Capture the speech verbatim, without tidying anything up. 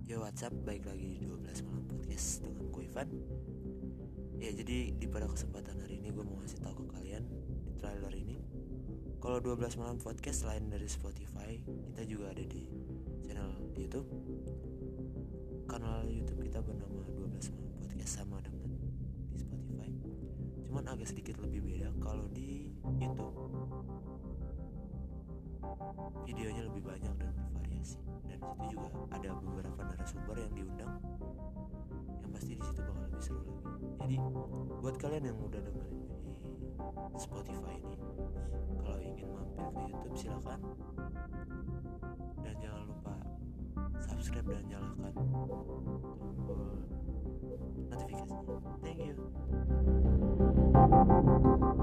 Yo, WhatsApp, baik lagi di dua belas Malam Podcast dengan gue Ivan. Ya, jadi di pada kesempatan hari ini gue mau ngasih tahu ke kalian di trailer ini, kalau dua belas Malam Podcast selain dari Spotify, kita juga ada di channel YouTube. Kanal YouTube kita bernama dua belas Malam Podcast, sama dengan di Spotify. Cuman agak sedikit lebih beda. Kalau di YouTube videonya lebih banyak dan bervariasi, dan di situ juga ada beberapa narasumber yang diundang, yang pasti di situ bakal lebih seru lagi. Jadi buat kalian yang udah dengerin di Spotify ini, kalau ingin mampir ke YouTube silakan, dan jangan lupa subscribe dan nyalakan tombol notifikasinya. Thank you.